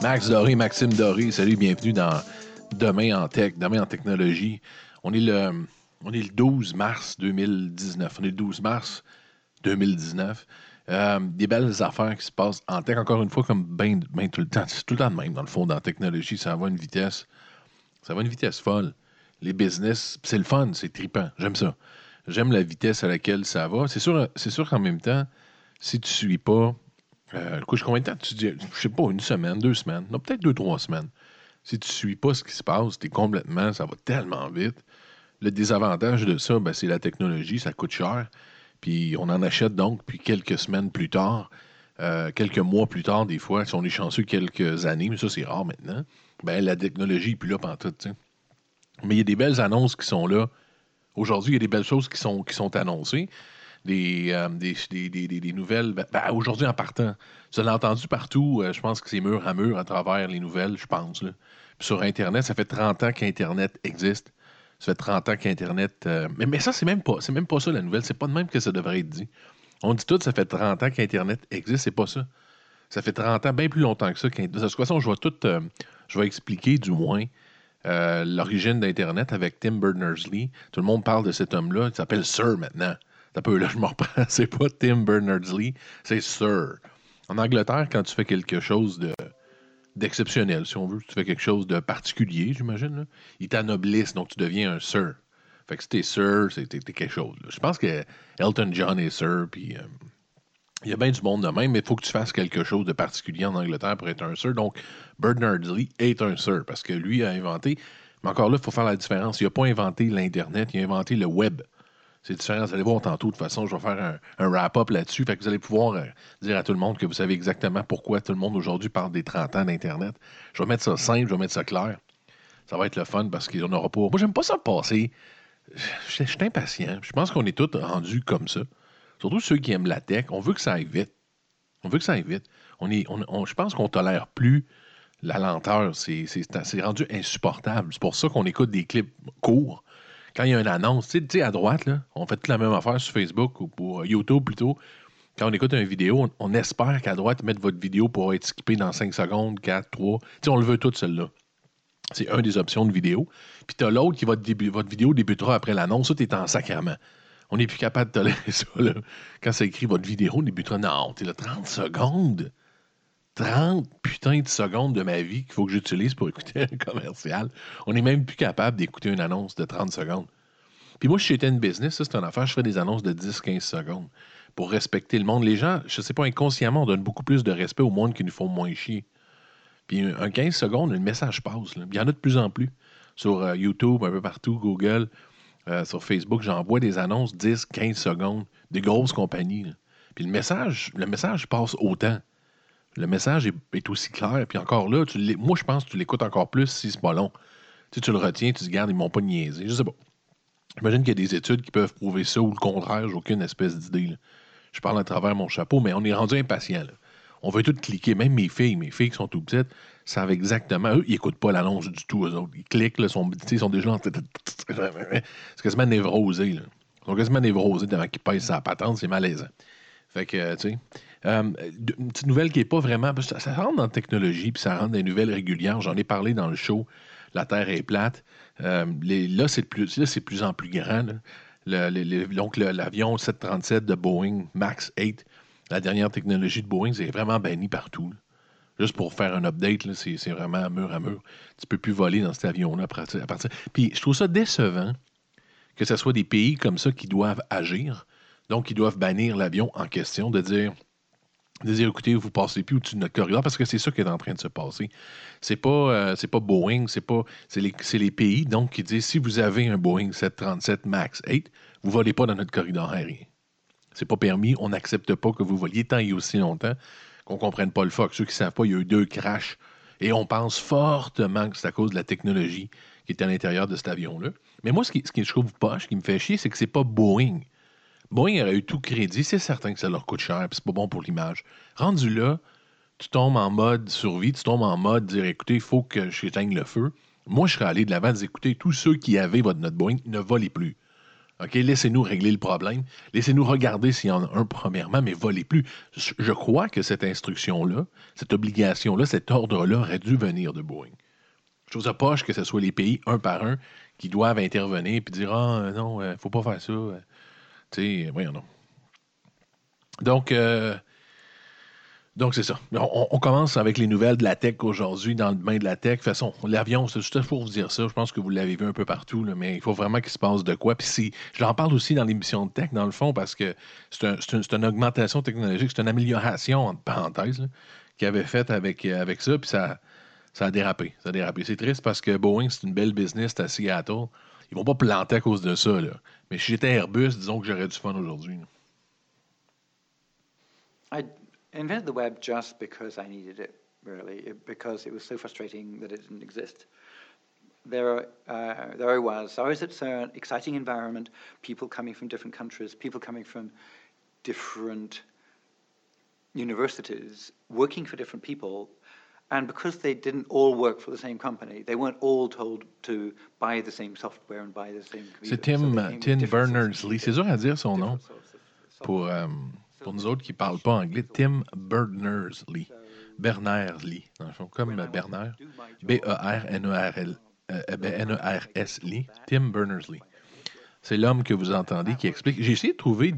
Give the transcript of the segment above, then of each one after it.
Max Doré, Maxime Doré, salut, bienvenue dans Demain en Tech, Demain en Technologie. On est le 12 mars 2019. On est le 12 mars 2019. Des belles affaires qui se passent en tech, encore une fois, comme ben tout le temps. C'est tout le temps de même, dans le fond, dans la technologie. Ça va à une vitesse. Ça va à une vitesse folle. Les business, c'est le fun, c'est trippant. J'aime ça. J'aime la vitesse à laquelle ça va. C'est sûr qu'en même temps, si tu ne suis pas. Couche, combien de temps tu dis? Je sais pas, une semaine, 2 semaines, non, peut-être 2, 3 semaines. Si tu suis pas ce qui se passe, ça va tellement vite. Le désavantage de ça, ben, c'est la technologie, ça coûte cher. Puis on en achète donc, puis quelques semaines plus tard, quelques mois plus tard, des fois, si on est chanceux, quelques années, mais ça, c'est rare maintenant, ben, la technologie n'est plus là pantoute, tu sais. Mais il y a des belles annonces qui sont là. Aujourd'hui, il y a des belles choses qui sont annoncées. Des nouvelles. Aujourd'hui, en partant, je l'ai entendu partout. Je pense que c'est mur à mur à travers les nouvelles, je pense. Là. Puis sur Internet, ça fait 30 ans qu'Internet existe. Ça fait 30 ans qu'Internet. Mais ça, c'est même pas ça la nouvelle. C'est pas de même que ça devrait être dit. On dit tout, ça fait 30 ans qu'Internet existe. C'est pas ça. Ça fait 30 ans, bien plus longtemps que ça. De toute façon, je vais expliquer du moins l'origine d'Internet avec Tim Berners-Lee. Tout le monde parle de cet homme-là. Il s'appelle Sir maintenant. Un peu, là, je m'en reprends. C'est pas Tim Berners-Lee, c'est Sir. En Angleterre, quand tu fais quelque chose d'exceptionnel, si on veut, tu fais quelque chose de particulier, j'imagine, là, ils t'anoblissent, donc tu deviens un Sir. Fait que si t'es Sir, t'es quelque chose. Là. Je pense que Elton John est Sir, puis il y a bien du monde de même, mais il faut que tu fasses quelque chose de particulier en Angleterre pour être un Sir. Donc, Berners-Lee est un Sir, parce que lui a inventé, mais encore là, il faut faire la différence. Il n'a pas inventé l'Internet, il a inventé le Web. C'est différent. Vous allez voir tantôt. De toute façon, je vais faire un wrap-up là-dessus. Fait que vous allez pouvoir dire à tout le monde que vous savez exactement pourquoi tout le monde aujourd'hui parle des 30 ans d'Internet. Je vais mettre ça simple, je vais mettre ça clair. Ça va être le fun parce qu'on n'aura pas. Moi, j'aime pas ça passer. Je suis impatient. Je pense qu'on est tous rendus comme ça. Surtout ceux qui aiment la tech. On veut que ça aille vite. On veut que ça aille vite. Je pense qu'on tolère plus la lenteur. C'est rendu insupportable. C'est pour ça qu'on écoute des clips courts quand il y a une annonce, tu sais, à droite, là, on fait toute la même affaire sur Facebook ou pour YouTube plutôt. Quand on écoute une vidéo, on espère qu'à droite, ils mettent votre vidéo pour être skippée dans 5 secondes, 4, 3. Tu sais, on le veut tout, celle-là. C'est une des options de vidéo. Puis tu as l'autre qui votre vidéo débutera après l'annonce. Ça, tu es en sacrament. On n'est plus capable de tolérer ça. Là. Quand ça écrit votre vidéo débutera. Non, t'es là 30 secondes. 30 putains de secondes de ma vie qu'il faut que j'utilise pour écouter un commercial. On n'est même plus capable d'écouter une annonce de 30 secondes. Puis moi, je suis une business, ça c'est une affaire, je fais des annonces de 10-15 secondes pour respecter le monde. Les gens, je sais pas, inconsciemment, on donne beaucoup plus de respect au monde qui nous font moins chier. Puis un 15 secondes, le message passe. Là. Il y en a de plus en plus. Sur YouTube, un peu partout, Google, sur Facebook, j'envoie des annonces 10-15 secondes, des grosses compagnies. Là. Puis le message passe autant. Le message est aussi clair. Puis encore là, moi, je pense que tu l'écoutes encore plus si c'est pas long. Tu le retiens, tu te gardes, ils m'ont pas niaisé. Je sais pas. J'imagine qu'il y a des études qui peuvent prouver ça ou le contraire, j'ai aucune espèce d'idée. Là. Je parle à travers mon chapeau, mais on est rendu impatient. Là. On veut tout cliquer, même mes filles qui sont tout petites, savent exactement. Eux, ils n'écoutent pas l'annonce du tout, eux autres. Ils cliquent, là, ils sont déjà en. C'est quasiment névrosé. Là. Ils sont quasiment névrosés devant qu'ils pèsent sa patente, c'est malaisant. Fait que, tu sais. Une petite nouvelle qui n'est pas vraiment. Ça rentre dans la technologie, puis ça rentre dans les nouvelles régulières. J'en ai parlé dans le show. La Terre est plate. Là, c'est de plus en plus grand. Là. Donc, l'avion 737 de Boeing, MAX 8, la dernière technologie de Boeing, c'est vraiment banni partout. Là. Juste pour faire un update, là, c'est vraiment mur à mur. Tu ne peux plus voler dans cet avion-là à partir. Puis, je trouve ça décevant que ce soit des pays comme ça qui doivent agir. Donc, ils doivent bannir l'avion en question, de dire, écoutez, vous passez plus au-dessus de notre corridor, parce que c'est ça qui est en train de se passer. C'est pas Boeing, c'est les pays donc qui disent, si vous avez un Boeing 737 MAX 8, vous ne volez pas dans notre corridor aérien. C'est pas permis, on n'accepte pas que vous voliez tant et aussi longtemps qu'on ne comprenne pas le fuck. Ceux qui ne savent pas, il y a eu 2 crashs, et on pense fortement que c'est à cause de la technologie qui est à l'intérieur de cet avion-là. Mais moi, ce qui je trouve poche, ce qui me fait chier, c'est que c'est pas Boeing. Boeing aurait eu tout crédit, c'est certain que ça leur coûte cher, puis c'est pas bon pour l'image. Rendu là, tu tombes en mode survie, tu tombes en mode dire écoutez, il faut que j'éteigne le feu. Moi, je serais allé de l'avant, dire écoutez, tous ceux qui avaient votre note Boeing, ne volez plus. OK, laissez-nous régler le problème. Laissez-nous regarder s'il y en a un premièrement, mais volez plus. Je crois que cette instruction-là, cette obligation-là, cet ordre-là aurait dû venir de Boeing. Je trouve ça poche que ce soit les pays, un par un, qui doivent intervenir et dire ah non, faut pas faire ça. Tu sais, voyons non. Donc, donc, c'est ça. On commence avec les nouvelles de la tech aujourd'hui, dans le domaine de la tech. De toute façon, l'avion, c'est juste pour vous dire ça. Je pense que vous l'avez vu un peu partout, là, mais il faut vraiment qu'il se passe de quoi. Puis j'en parle aussi dans l'émission de tech, dans le fond, parce que c'est une augmentation technologique, c'est une amélioration, entre parenthèses, là, qu'il avait faite avec ça, puis ça a dérapé. Ça a dérapé. C'est triste parce que Boeing, c'est une belle business, c'est à Seattle. Ils vont pas planter à cause de ça, là. Mais si j'étais Airbus, disons que j'aurais du fun aujourd'hui, là. I invented the web just because I needed it, really, because it was so frustrating that it didn't exist. There I was. I was at an exciting environment, people coming from different countries, people coming from different universities, working for different people. And because they didn't all work for the same company, they weren't all told to buy the same software and buy the same computer. C'est Tim Berners-Lee. C'est dur à dire son nom pour nous autres qui ne parlent pas anglais. Tim Berners-Lee. Berners-Lee, dans le fond, comme Bernard. B-E-R-N-E-R-L. N-E-R-S-Lee. Tim Berners-Lee. C'est l'homme que vous entendez qui explique. J'ai essayé de trouver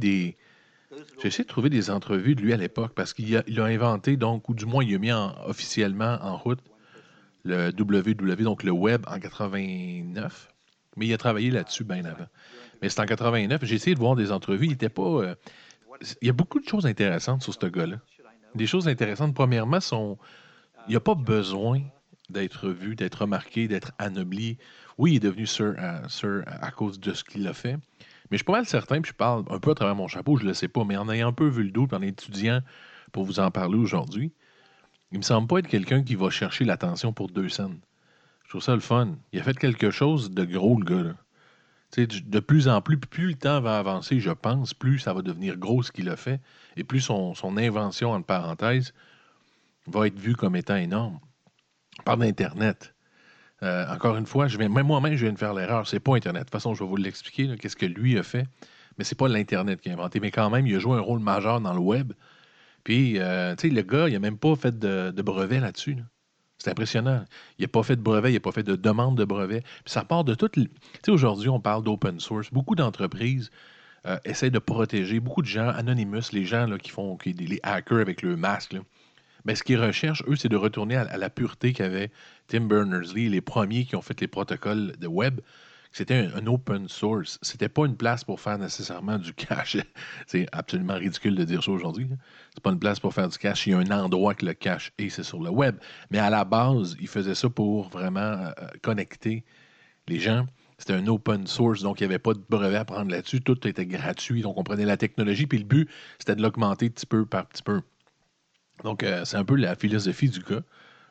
des entrevues de lui à l'époque parce qu'il a inventé, donc, ou du moins, il a mis officiellement en route le www, donc le web, en 89. Mais il a travaillé là-dessus bien avant. Mais c'est en 89. J'ai essayé de voir des entrevues. Il était pas. Il y a beaucoup de choses intéressantes sur ce gars-là. Des choses intéressantes, premièrement, il n'y a pas besoin d'être vu, d'être remarqué, d'être anobli. Oui, il est devenu Sir à cause de ce qu'il a fait. Mais je suis pas mal certain, puis je parle un peu à travers mon chapeau, je ne le sais pas, mais en ayant un peu vu le dos, puis en étudiant pour vous en parler aujourd'hui, il me semble pas être quelqu'un qui va chercher l'attention pour 2 scènes. Je trouve ça le fun. Il a fait quelque chose de gros, le gars, là. Tu sais, de plus en plus, plus le temps va avancer, je pense, plus ça va devenir gros ce qu'il a fait, et plus son invention, entre parenthèses, va être vue comme étant énorme. On parle d'Internet. Encore une fois, même moi-même, je viens de faire l'erreur. C'est pas Internet. De toute façon, je vais vous l'expliquer, là, qu'est-ce que lui a fait. Mais c'est pas l'Internet qui a inventé. Mais quand même, il a joué un rôle majeur dans le web. Puis, tu sais, le gars, il n'a même pas fait de brevet là-dessus, là. C'est impressionnant. Il n'a pas fait de brevet, il n'a pas fait de demande de brevet. Puis ça part de toutes. Tu sais, aujourd'hui, on parle d'open source. Beaucoup d'entreprises essaient de protéger. Beaucoup de gens, Anonymous, les gens là, les hackers avec le masque, là. Mais ce qu'ils recherchent, eux, c'est de retourner à la pureté qu'avait Tim Berners-Lee, les premiers qui ont fait les protocoles de web. C'était un open source. C'était pas une place pour faire nécessairement du cash. C'est absolument ridicule de dire ça aujourd'hui, là. C'est pas une place pour faire du cash. Il y a un endroit que le cash est, c'est sur le web. Mais à la base, ils faisaient ça pour vraiment connecter les gens. C'était un open source, donc il n'y avait pas de brevet à prendre là-dessus. Tout était gratuit, donc on prenait la technologie. Puis le but, c'était de l'augmenter petit peu par petit peu. Donc, c'est un peu la philosophie du gars.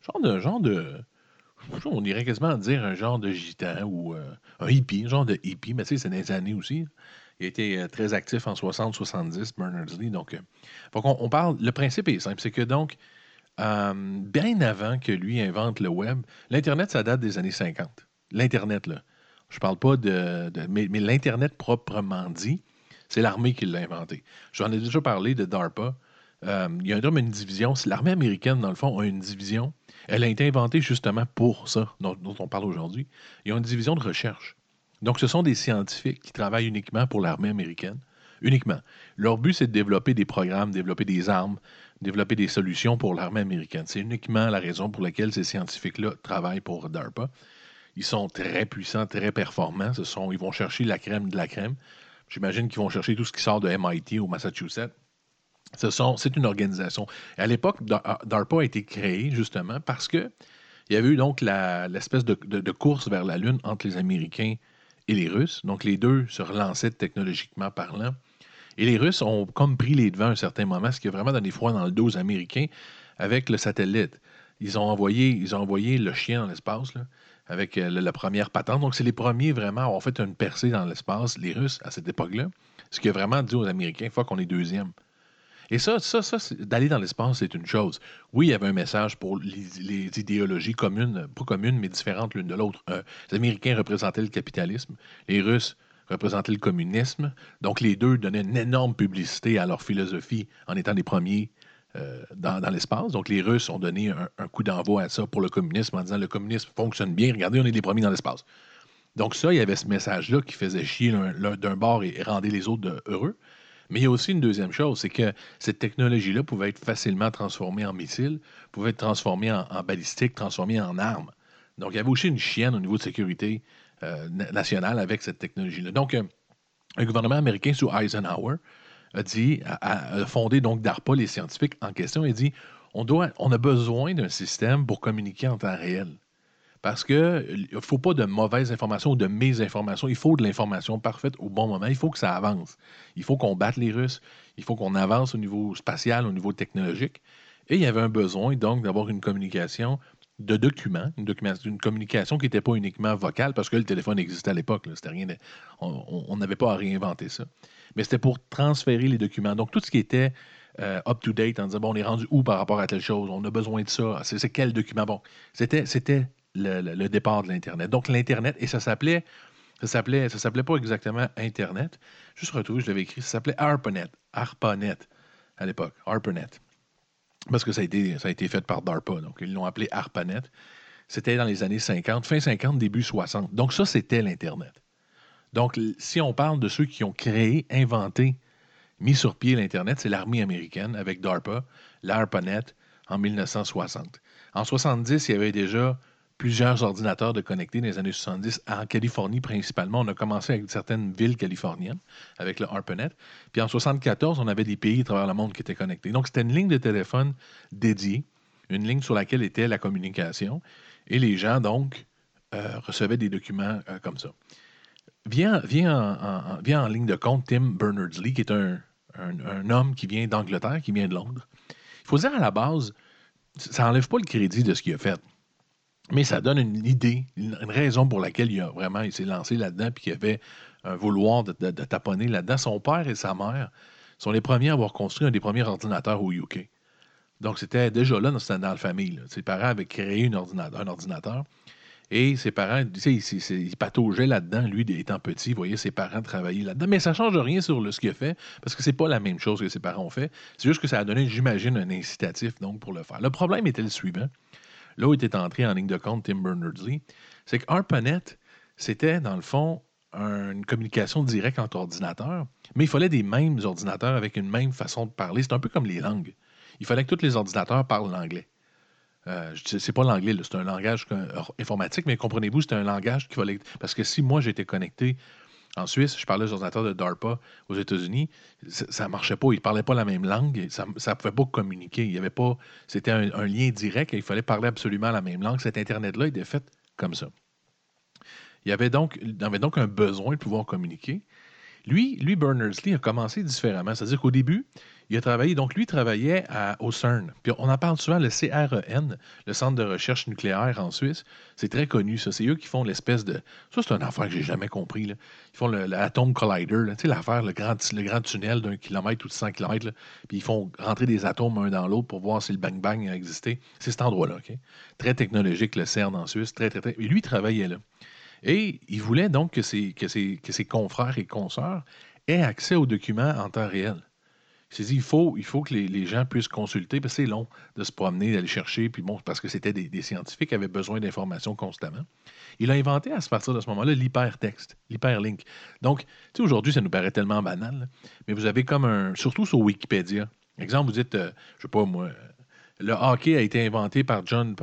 On irait quasiment dire un genre de gitan ou un hippie, un genre de hippie, mais tu sais, c'est des années aussi. Il a été très actif en 60-70, Berners-Lee. Donc, on parle, le principe est simple, c'est que donc, bien avant que lui invente le web, l'Internet, ça date des années 50. L'Internet, là. Je parle pas mais l'Internet proprement dit, c'est l'armée qui l'a inventé. J'en ai déjà parlé de DARPA. Il y a une division. L'armée américaine, dans le fond, a une division. Elle a été inventée justement pour ça, dont on parle aujourd'hui. Ils ont une division de recherche. Donc, ce sont des scientifiques qui travaillent uniquement pour l'armée américaine. Uniquement. Leur but, c'est de développer des programmes, développer des armes, développer des solutions pour l'armée américaine. C'est uniquement la raison pour laquelle ces scientifiques-là travaillent pour DARPA. Ils sont très puissants, très performants. Ils vont chercher la crème de la crème. J'imagine qu'ils vont chercher tout ce qui sort de MIT au Massachusetts. C'est une organisation. Et à l'époque, DARPA a été créé justement parce que il y avait eu donc l'espèce de course vers la Lune entre les Américains et les Russes. Donc les deux se relançaient technologiquement parlant. Et les Russes ont comme pris les devants à un certain moment, ce qui a vraiment donné froid dans le dos aux Américains avec le satellite. Ils ont envoyé le chien dans l'espace, là, avec la première patente. Donc c'est les premiers vraiment à avoir fait une percée dans l'espace, les Russes, à cette époque-là. Ce qui a vraiment dit aux Américains, faut qu'on est deuxième. Et ça d'aller dans l'espace, c'est une chose. Oui, il y avait un message pour les idéologies communes, pas communes, mais différentes l'une de l'autre. Les Américains représentaient le capitalisme, les Russes représentait le communisme. Donc, les deux donnaient une énorme publicité à leur philosophie en étant les premiers dans l'espace. Donc, les Russes ont donné un coup d'envoi à ça pour le communisme en disant le communisme fonctionne bien, regardez, on est les premiers dans l'espace. Donc, ça, il y avait ce message-là qui faisait chier l'un d'un bord et rendait les autres heureux. Mais il y a aussi une deuxième chose, c'est que cette technologie-là pouvait être facilement transformée en missile, pouvait être transformée en balistique, transformée en arme. Donc, il y avait aussi une chienne au niveau de sécurité nationale avec cette technologie-là. Donc, un gouvernement américain sous Eisenhower a fondé donc DARPA, les scientifiques en question, et dit on a besoin d'un système pour communiquer en temps réel. Parce qu'il ne faut pas de mauvaises informations ou de mésinformations. Il faut de l'information parfaite au bon moment. Il faut que ça avance. Il faut qu'on batte les Russes. Il faut qu'on avance au niveau spatial, au niveau technologique. Et il y avait un besoin, donc, d'avoir une communication de documents, une communication qui n'était pas uniquement vocale, parce que le téléphone existait à l'époque. C'était rien on n'avait pas à réinventer ça. Mais c'était pour transférer les documents. Donc, tout ce qui était up-to-date, en disant, bon, on est rendu où par rapport à telle chose? On a besoin de ça. C'est quel document? Bon, c'était le départ de l'Internet. Donc, l'Internet, et ça s'appelait pas exactement Internet. Juste retrouver, je l'avais écrit, ça s'appelait ARPANET. ARPANET à l'époque. ARPANET. Parce que ça a été fait par DARPA. Donc, ils l'ont appelé ARPANET. C'était dans les années 50, fin 50, début 60. Donc, ça, c'était l'Internet. Donc, si on parle de ceux qui ont créé, inventé, mis sur pied l'Internet, c'est l'armée américaine avec DARPA, l'ARPANET, en 1960. En 70, il y avait déjà plusieurs ordinateurs de connectés dans les années 70, en Californie principalement. On a commencé avec certaines villes californiennes, avec le ARPANET. Puis en 74, on avait des pays à travers le monde qui étaient connectés. Donc, c'était une ligne de téléphone dédiée, une ligne sur laquelle était la communication. Et les gens, donc, recevaient des documents comme ça. Vient en ligne de compte Tim Berners-Lee, qui est un homme qui vient d'Angleterre, qui vient de Londres. Il faut dire à la base, ça n'enlève pas le crédit de ce qu'il a fait. Mais ça donne une idée, une raison pour laquelle il s'est lancé là-dedans puis qu'il avait un vouloir de taponner là-dedans. Son père et sa mère sont les premiers à avoir construit un des premiers ordinateurs au UK. Donc, c'était déjà là, c'était dans la famille. Là. Ses parents avaient créé un ordinateur. Et ses parents, tu sais, il pataugeait là-dedans, lui, étant petit. Vous voyez ses parents travailler là-dedans. Mais ça ne change rien sur ce qu'il a fait, parce que c'est pas la même chose que ses parents ont fait. C'est juste que ça a donné, j'imagine, un incitatif donc, pour le faire. Le problème était le suivant. Là où était entré en ligne de compte Tim Berners-Lee, c'est que ARPANET, c'était, dans le fond, une communication directe entre ordinateurs, mais il fallait des mêmes ordinateurs avec une même façon de parler. C'est un peu comme les langues. Il fallait que tous les ordinateurs parlent l'anglais. C'est pas l'anglais, c'est un langage informatique, mais comprenez-vous, c'est un langage qu'il fallait. Parce que si moi j'étais connecté en Suisse, je parlais aux ordinateurs de DARPA aux États-Unis, ça marchait pas, ils parlaient pas la même langue, ça ne pouvait pas communiquer. Il y avait pas. C'était un lien direct et il fallait parler absolument la même langue. Cet Internet-là était fait comme ça. Il avait donc un besoin de pouvoir communiquer. Lui, Berners-Lee a commencé différemment. C'est-à-dire qu'au début, il a travaillé, donc lui travaillait au CERN. Puis on en parle souvent, le CREN, le Centre de recherche nucléaire en Suisse. C'est très connu, ça. C'est eux qui font l'espèce de... Ça, c'est une affaire que j'ai jamais compris. Là. Ils font l'Atom Collider, là. Tu sais, l'affaire, le grand tunnel d'un kilomètre ou de 100 kilomètres. Là. Puis ils font rentrer des atomes un dans l'autre pour voir si le bang-bang a existé. C'est cet endroit-là, OK? Très technologique, le CERN en Suisse. Très, très, très... Et lui, il travaillait là. Et il voulait donc que ses confrères et consoeurs aient accès aux documents en temps réel. Il s'est dit, il faut que les gens puissent consulter, parce que c'est long de se promener, d'aller chercher, puis bon, parce que c'était des scientifiques qui avaient besoin d'informations constamment. Il a inventé à partir de ce moment-là l'hypertexte, l'hyperlink. Donc, tu sais, aujourd'hui, ça nous paraît tellement banal, là, mais vous avez comme surtout sur Wikipédia. Exemple, vous dites, je sais pas moi, le hockey a été inventé par John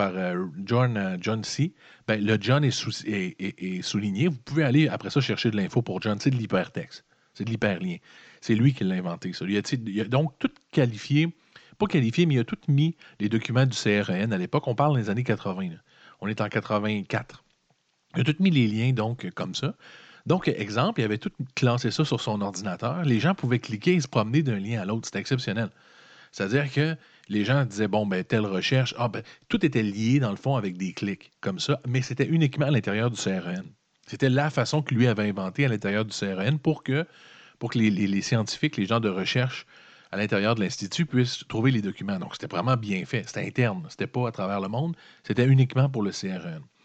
C. Ben, le John est souligné. Vous pouvez aller après ça chercher de l'info pour John. C'est de l'hypertexte. C'est de l'hyperlien. C'est lui qui l'a inventé, ça. Il a donc tout qualifié, pas qualifié, mais il a tout mis les documents du CRN à l'époque. On parle des années 80. Là. On est en 84. Il a tout mis les liens, donc, comme ça. Donc, exemple, il avait tout classé ça sur son ordinateur. Les gens pouvaient cliquer et se promener d'un lien à l'autre. C'était exceptionnel. C'est-à-dire que les gens disaient, bon, ben, telle recherche, tout était lié, dans le fond, avec des clics, comme ça, mais c'était uniquement à l'intérieur du CRN. C'était la façon que lui avait inventée à l'intérieur du CRN pour que les scientifiques, les gens de recherche à l'intérieur de l'Institut puissent trouver les documents. Donc, c'était vraiment bien fait. C'était interne. C'était pas à travers le monde. C'était uniquement pour le CRN.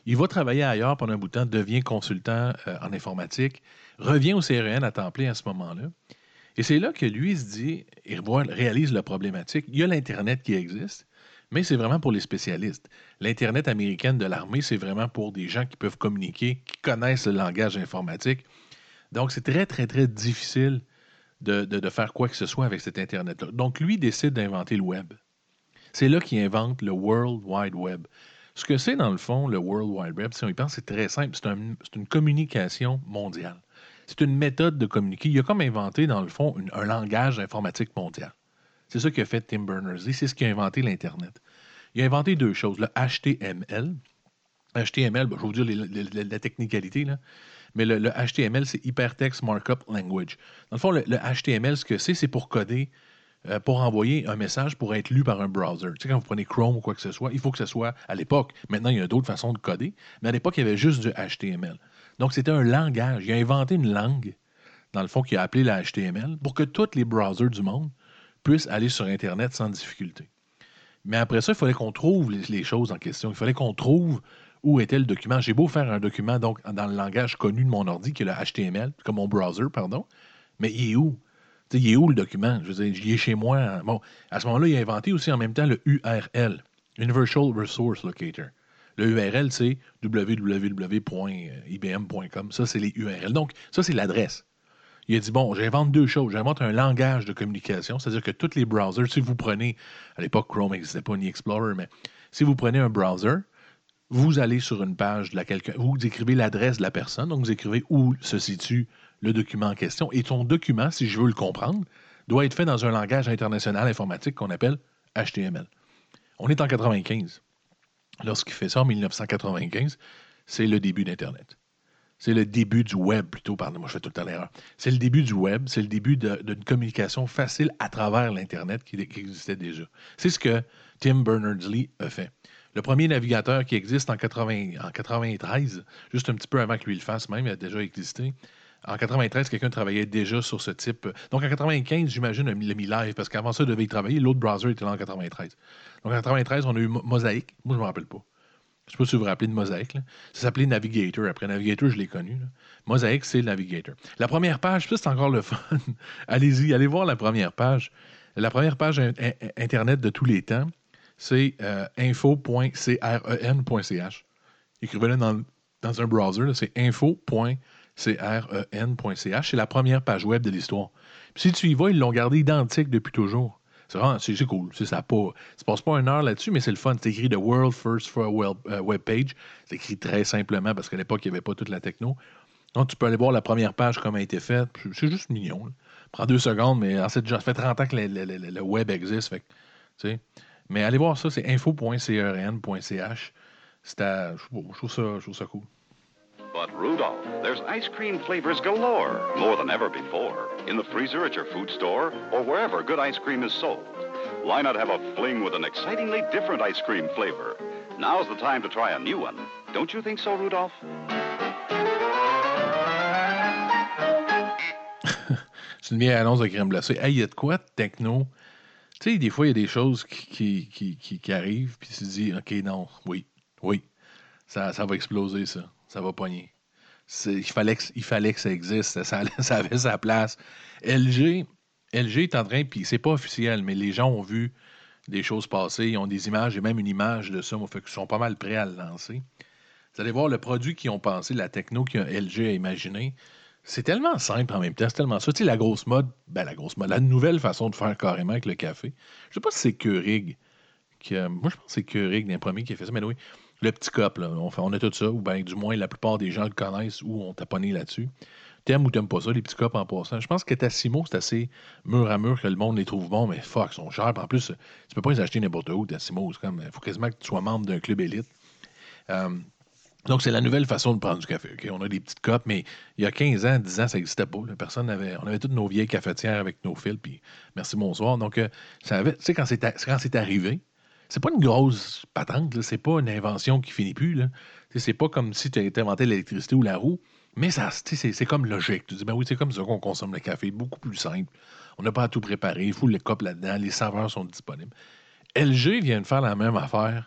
Il va travailler ailleurs pendant un bout de temps, devient consultant en informatique, revient au CRN à temps plein à ce moment-là. Et c'est là que lui il se dit, réalise la problématique. Il y a l'Internet qui existe, mais c'est vraiment pour les spécialistes. L'Internet américaine de l'armée, c'est vraiment pour des gens qui peuvent communiquer, qui connaissent le langage informatique. Donc, c'est très, très, très difficile de faire quoi que ce soit avec cet Internet-là. Donc, lui décide d'inventer le web. C'est là qu'il invente le World Wide Web. Ce que c'est, dans le fond, le World Wide Web, si on y pense, c'est très simple. C'est une communication mondiale. C'est une méthode de communiquer. Il a comme inventé, dans le fond, un langage informatique mondial. C'est ça qu'a fait Tim Berners-Lee. C'est ce qui a inventé l'Internet. Il a inventé deux choses. Le HTML. HTML, je vais vous dire la technicalité, là. Mais le HTML, c'est Hypertext Markup Language. Dans le fond, le HTML, ce que c'est pour coder, pour envoyer un message pour être lu par un browser. Tu sais, quand vous prenez Chrome ou quoi que ce soit, il faut que ce soit à l'époque. Maintenant, il y a d'autres façons de coder. Mais à l'époque, il y avait juste du HTML. Donc, c'était un langage. Il a inventé une langue, dans le fond, qu'il a appelée la HTML, pour que tous les browsers du monde puissent aller sur Internet sans difficulté. Mais après ça, il fallait qu'on trouve les choses en question. Il fallait qu'on trouve où était le document. J'ai beau faire un document donc dans le langage connu de mon ordi, qui est le HTML, comme mon browser, pardon, mais il est où? T'sais, il est où le document? Je veux dire, il est chez moi. Bon, à ce moment-là, il a inventé aussi en même temps le URL, Universal Resource Locator. Le URL, c'est www.ibm.com. Ça, c'est les URL. Donc, ça, c'est l'adresse. Il a dit, bon, j'invente deux choses. J'invente un langage de communication, c'est-à-dire que tous les browsers, si vous prenez, à l'époque, Chrome n'existait pas, ni Explorer, mais si vous prenez un browser, vous allez sur une page de quelqu'un, vous écrivez l'adresse de la personne, donc vous écrivez où se situe le document en question, et ton document, si je veux le comprendre, doit être fait dans un langage international informatique qu'on appelle HTML. On est en 95. Lorsqu'il fait ça, en 1995, c'est le début d'Internet. C'est le début du web, plutôt, pardon, je fais tout le temps l'erreur. C'est le début du web, c'est le début d'une communication facile à travers l'Internet qui existait déjà. C'est ce que Tim Berners-Lee a fait. Le premier navigateur qui existe en 93, juste un petit peu avant que lui le fasse même, il a déjà existé. En 93, quelqu'un travaillait déjà sur ce type. Donc en 95, j'imagine, le Mi-Live, parce qu'avant ça, il devait y travailler. L'autre browser était là en 93. Donc en 93, on a eu Mosaic. Moi, je ne me rappelle pas. Je ne sais pas si vous vous rappelez de Mosaic. Là. Ça s'appelait Navigator. Après Navigator, je l'ai connu. Là. Mosaic, c'est le Navigator. La première page, ça, c'est encore le fun. Allez-y, allez voir la première page. La première page Internet de tous les temps, c'est info.cren.ch. Écrivez-le dans un browser. Là, c'est info.cren.ch. C'est la première page web de l'histoire. Puis si tu y vas, ils l'ont gardé identique depuis toujours. C'est cool. Ça se passe pas une heure là-dessus, mais c'est le fun. C'est écrit The World First for a Web Page. C'est écrit très simplement parce qu'à l'époque, il n'y avait pas toute la techno. Donc, tu peux aller voir la première page, comment elle a été faite. C'est juste mignon. Là. Prends 2 secondes, mais ça fait 30 ans que le web existe. Fait, mais allez voir ça, c'est info.cren.ch. Je trouve ça cool. But Rudolph, there's ice cream flavors galore, more than ever before, in the freezer at your food store or wherever good ice cream is sold. Why not have a fling with an excitingly different ice cream flavor? Now's the time to try a new one. Don't you think so, Rudolph? C'est une vieille annonce de crème glacée. Hey, il y a de quoi de techno? Tu sais, des fois, il y a des choses qui arrivent, puis tu te dis, OK, non, oui, ça va exploser, ça. Ça va pogner. Il fallait que ça existe. Ça avait sa place. LG est en train, puis c'est pas officiel, mais les gens ont vu des choses passer. Ils ont des images, et même une image de ça. Fait qu'ils sont pas mal prêts à le lancer. Vous allez voir le produit qu'ils ont pensé, la techno que LG a imaginé. C'est tellement simple en même temps. C'est tellement ça. Tu sais, la grosse mode, la nouvelle façon de faire carrément avec le café. Je sais pas si c'est Keurig. Moi, je pense que c'est Keurig d'un premier qui a fait ça. Mais oui. Le petit cop, là, on a tout ça, ou bien du moins la plupart des gens le connaissent ou ont taponné là-dessus. T'aimes ou t'aimes pas ça, les petits copes en passant. Je pense que Tassimo, c'est assez mur à mur que le monde les trouve bons, mais fuck, ils sont chers. En plus, tu peux pas les acheter n'importe où, Tassimo. C'est comme, il faut quasiment que tu sois membre d'un club élite. Donc, c'est la nouvelle façon de prendre du café. Okay? On a des petites copes, mais il y a 15 ans, 10 ans, ça n'existait pas. On avait toutes nos vieilles cafetières avec nos fils, puis merci, bonsoir. Donc, tu sais, quand c'est arrivé, c'est pas une grosse patente, là. C'est pas une invention qui finit plus. Là. C'est pas comme si tu avais inventé l'électricité ou la roue, mais c'est comme logique. Tu dis, ben oui, c'est comme ça qu'on consomme le café, beaucoup plus simple. On n'a pas à tout préparer, il faut les copes là-dedans, les saveurs sont disponibles. LG vient de faire la même affaire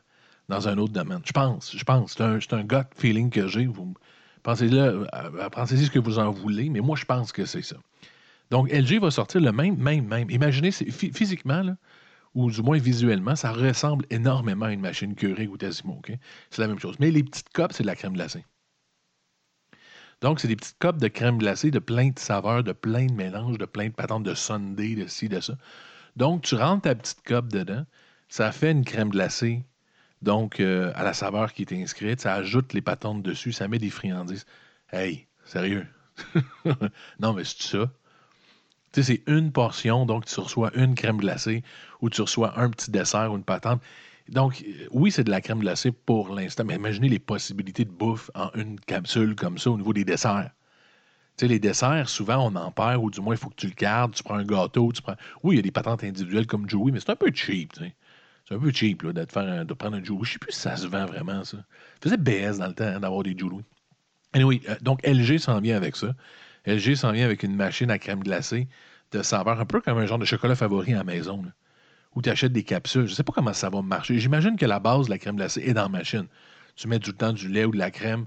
dans un autre domaine. Je pense. C'est un gut feeling que j'ai. Vous pensez-y ce que vous en voulez, mais moi, je pense que c'est ça. Donc, LG va sortir le même. Imaginez, physiquement, là, ou du moins visuellement, ça ressemble énormément à une machine Keurig ou Tasimo. Okay? C'est la même chose. Mais les petites copes, c'est de la crème glacée. Donc, c'est des petites copes de crème glacée de plein de saveurs, de plein de mélanges, de plein de patentes de sundae, de ci, de ça. Donc, tu rentres ta petite cope dedans, ça fait une crème glacée, donc à la saveur qui est inscrite, ça ajoute les patentes dessus, ça met des friandises. Hey, sérieux? Non, mais c'est ça. Tu sais, c'est une portion, donc tu reçois une crème glacée ou tu reçois un petit dessert ou une patente. Donc, oui, c'est de la crème glacée pour l'instant, mais imaginez les possibilités de bouffe en une capsule comme ça au niveau des desserts. Tu sais, les desserts, souvent, on en perd, ou du moins, il faut que tu le gardes, tu prends un gâteau, tu prends... Oui, il y a des patentes individuelles comme Joey, mais c'est un peu cheap, tu sais. C'est un peu cheap, là, de prendre un Joey. Je sais plus si ça se vend vraiment, ça. Ça faisait BS dans le temps hein, d'avoir des Joey. Anyway, donc LG s'en vient avec ça. LG s'en vient avec une machine à crème glacée de saveur, un peu comme un genre de chocolat favori à la maison, là, où tu achètes des capsules. Je ne sais pas comment ça va marcher. J'imagine que la base de la crème glacée est dans la machine. Tu mets tout le temps du lait ou de la crème.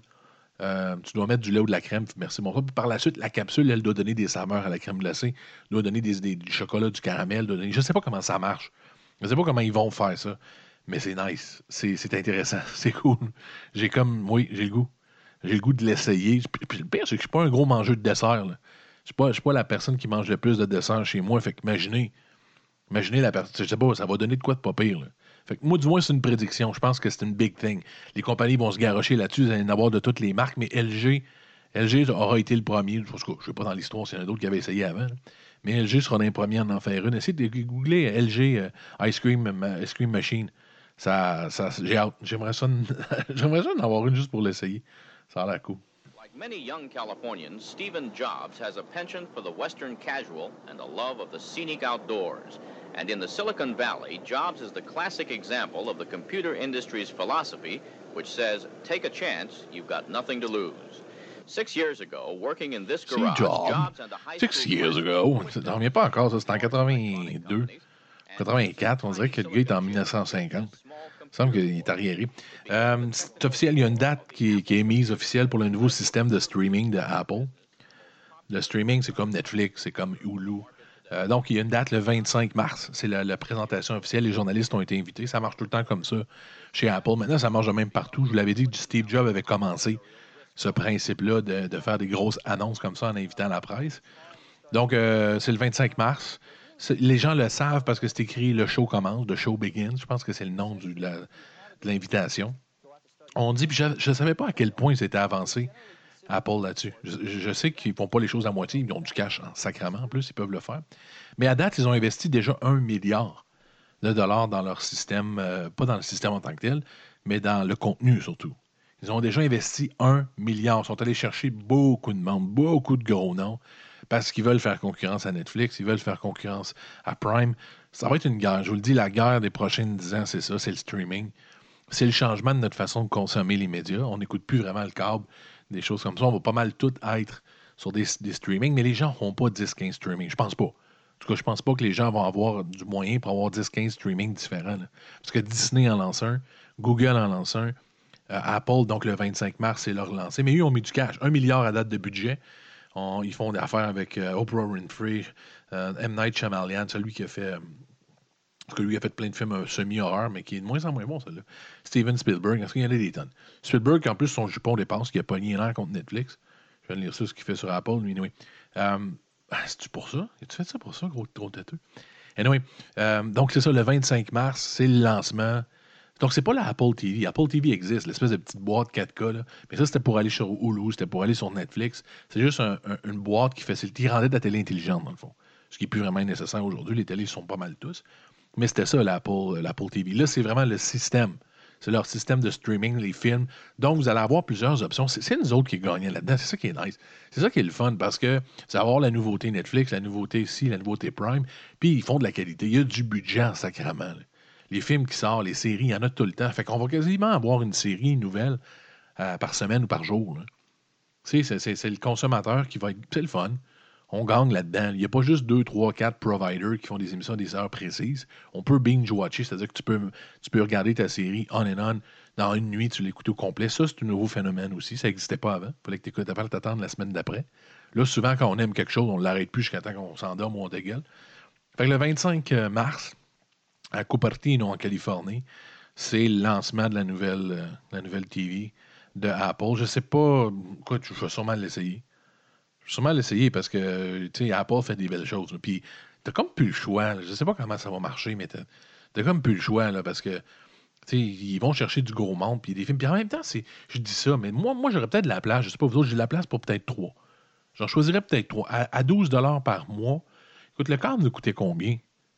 Tu dois mettre du lait ou de la crème, merci mon frère. Puis par la suite, la capsule, elle doit donner des saveurs à la crème glacée, doit donner du chocolat, du caramel. Je ne sais pas comment ça marche. Je ne sais pas comment ils vont faire ça. Mais c'est nice. C'est intéressant. C'est cool. Oui, j'ai le goût. J'ai le goût de l'essayer. Puis le pire, c'est que je ne suis pas un gros mangeur de dessert. Là. Je ne suis pas la personne qui mange le plus de dessert chez moi. Fait qu'imaginez la personne. Je sais pas, ça va donner de quoi de pas pire. Là. Fait que moi, du moins, c'est une prédiction. Je pense que c'est une big thing. Les compagnies vont se garrocher là-dessus. Vous allez en avoir de toutes les marques, mais LG aura été le premier. En tout cas, je ne sais pas dans l'histoire s'il y en a d'autres qui avaient essayé avant. Là. Mais LG sera l'un des premiers à en faire une. Essayez de googler LG Ice Cream Machine. J'ai hâte. J'aimerais ça, j'aimerais ça en avoir une juste pour l'essayer. Ça a l'air cool. Like many young Californians, Stephen Jobs has a penchant for the Western casual and a love of the scenic outdoors. And in the Silicon Valley, Jobs is the classic example of the computer industry's philosophy, which says, take a chance, you've got nothing to lose. 6 years ago, working in this garage, Jobs and the high school... 6 years ago? Ça ne revient pas encore, ça. C'était en 82, 84. On dirait que le gars est en 1950. Il semble qu'il est arriéré. C'est officiel, il y a une date qui est émise officielle pour le nouveau système de streaming de Apple. Le streaming, c'est comme Netflix, c'est comme Hulu. Donc, il y a une date le 25 mars. C'est la présentation officielle. Les journalistes ont été invités. Ça marche tout le temps comme ça chez Apple. Maintenant, ça marche de même partout. Je vous l'avais dit que Steve Jobs avait commencé ce principe-là de faire des grosses annonces comme ça en invitant la presse. Donc, c'est le 25 mars. Les gens le savent parce que c'est écrit « Le show commence »,« The show begins ». Je pense que c'est le nom de l'invitation. On dit, puis je ne savais pas à quel point c'était avancé, Apple, là-dessus. Je sais qu'ils ne font pas les choses à moitié. Ils ont du cash en sacrament, en plus, ils peuvent le faire. Mais à date, ils ont investi déjà 1 milliard de dollars dans leur système, pas dans le système en tant que tel, mais dans le contenu, surtout. Ils ont déjà investi 1 milliard. Ils sont allés chercher beaucoup de monde, beaucoup de gros noms, parce qu'ils veulent faire concurrence à Netflix, ils veulent faire concurrence à Prime. Ça va être une guerre. Je vous le dis, la guerre des prochaines 10 ans, c'est ça, c'est le streaming. C'est le changement de notre façon de consommer les médias. On n'écoute plus vraiment le câble, des choses comme ça. On va pas mal tout être sur des streamings, mais les gens ne font pas 10-15 streamings. Je pense pas. En tout cas, je pense pas que les gens vont avoir du moyen pour avoir 10-15 streamings différents. Là. Parce que Disney en lance un, Google en lance un, Apple, donc le 25 mars, c'est leur lancé. Mais eux ont mis du cash. 1 milliard à date de budget. Ils font des affaires avec Oprah Winfrey, M. Night Shyamalan, celui qui a fait... Parce que lui a fait plein de films semi-horreur, mais qui est de moins en moins bon, celui-là. Steven Spielberg, parce qu'il y en a des tonnes. Spielberg, en plus, son jupon dépense, qui a pogné l'air contre Netflix. Je viens de lire ça, ce qu'il fait sur Apple, lui, anyway. C'est-tu pour ça? As-tu fait ça pour ça, gros têteux? Anyway, donc c'est ça, le 25 mars, c'est le lancement. Donc, c'est pas la Apple TV. Apple TV existe, l'espèce de petite boîte 4K, là. Mais ça, c'était pour aller sur Hulu, c'était pour aller sur Netflix. C'est juste une boîte qui facilite, qui rendait de la télé intelligente, dans le fond. Ce qui n'est plus vraiment nécessaire aujourd'hui. Les télés sont pas mal tous. Mais c'était ça, l'Apple TV. Là, c'est vraiment le système. C'est leur système de streaming, les films. Donc, vous allez avoir plusieurs options. C'est nous autres qui gagnons là-dedans. C'est ça qui est nice. C'est ça qui est le fun parce que ça va avoir la nouveauté Netflix, la nouveauté ici, la nouveauté Prime. Puis, ils font de la qualité. Il y a du budget en sacrament. Là. Les films qui sortent, les séries, il y en a tout le temps. Fait qu'on va quasiment avoir une série, une nouvelle par semaine ou par jour. C'est le consommateur qui va être... C'est le fun. On gagne là-dedans. Il n'y a pas juste 2, 3, 4 providers qui font des émissions à des heures précises. On peut binge-watcher, c'est-à-dire que tu peux regarder ta série on and on. Dans une nuit, tu l'écoutes au complet. Ça, c'est un nouveau phénomène aussi. Ça n'existait pas avant. Il fallait que tu écoutes, t'attendre la semaine d'après. Là, souvent, quand on aime quelque chose, on ne l'arrête plus jusqu'à temps qu'on s'endorme ou on dégueule. Fait que le 25 mars, à Cupertino, en Californie, c'est le lancement de la nouvelle TV de Apple. Je ne sais pas. Quoi, je vais sûrement l'essayer. Je vais sûrement l'essayer parce que, tu sais, Apple fait des belles choses. Puis, t'as comme plus le choix. Je ne sais pas comment ça va marcher, mais t'as comme plus le choix, là, parce que, tu sais, ils vont chercher du gros monde, puis des films. Puis en même temps, je dis ça, mais moi j'aurais peut-être de la place. Je sais pas, vous autres, j'ai de la place pour peut-être 3. J'en choisirais peut-être 3. À 12 $ par mois. Écoute, le câble nous coûtait combien?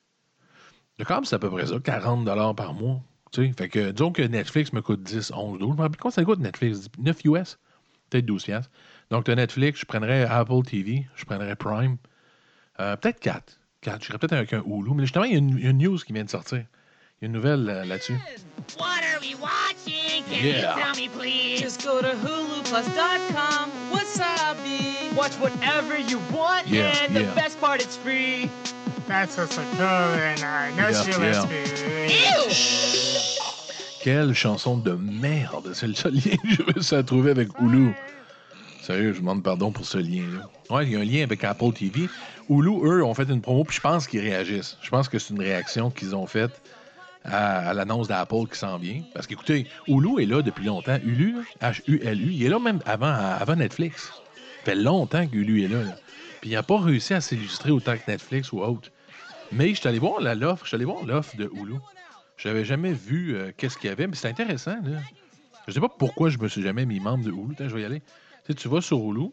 Le câble, c'est à peu près ça, 40 $ par mois. Tu sais, fait que, disons que Netflix me coûte 10, 11, 12. Je me rappelle quoi ça coûte Netflix? 9 US? Peut-être 12 $. Donc, de Netflix, je prendrais Apple TV, je prendrais Prime. Peut-être 4. Je serais peut-être avec un Hulu. Mais justement, il y a une news qui vient de sortir. Il y a une nouvelle là-dessus. What are we watching? Can Yeah. you tell me, please? Just go to huluplus.com. Wasabi. Watch whatever you want, Yeah, and yeah. the best part, it's free. That's what's so cool, and no Yeah, yeah. Quelle chanson de merde! C'est le seul lien que j'ai réussi à trouver avec Hulu. Sérieux, je vous demande pardon pour ce lien-là. Ouais, il y a un lien avec Apple TV. Hulu, eux, ont fait une promo, puis je pense qu'ils réagissent. Je pense que c'est une réaction qu'ils ont faite à l'annonce d'Apple qui s'en vient. Parce qu'écoutez, Hulu est là depuis longtemps. Hulu, H-U-L-U, il est là même avant Netflix. Ça fait longtemps que Hulu est là. Puis il n'a pas réussi à s'illustrer autant que Netflix ou autre. Mais je suis allé voir l'offre de Hulu. Je n'avais jamais vu qu'est-ce qu'il y avait, mais c'est intéressant. Là. Je ne sais pas pourquoi je me suis jamais mis membre de Hulu. Attends, je vais y aller. Tu vas sur Hulu.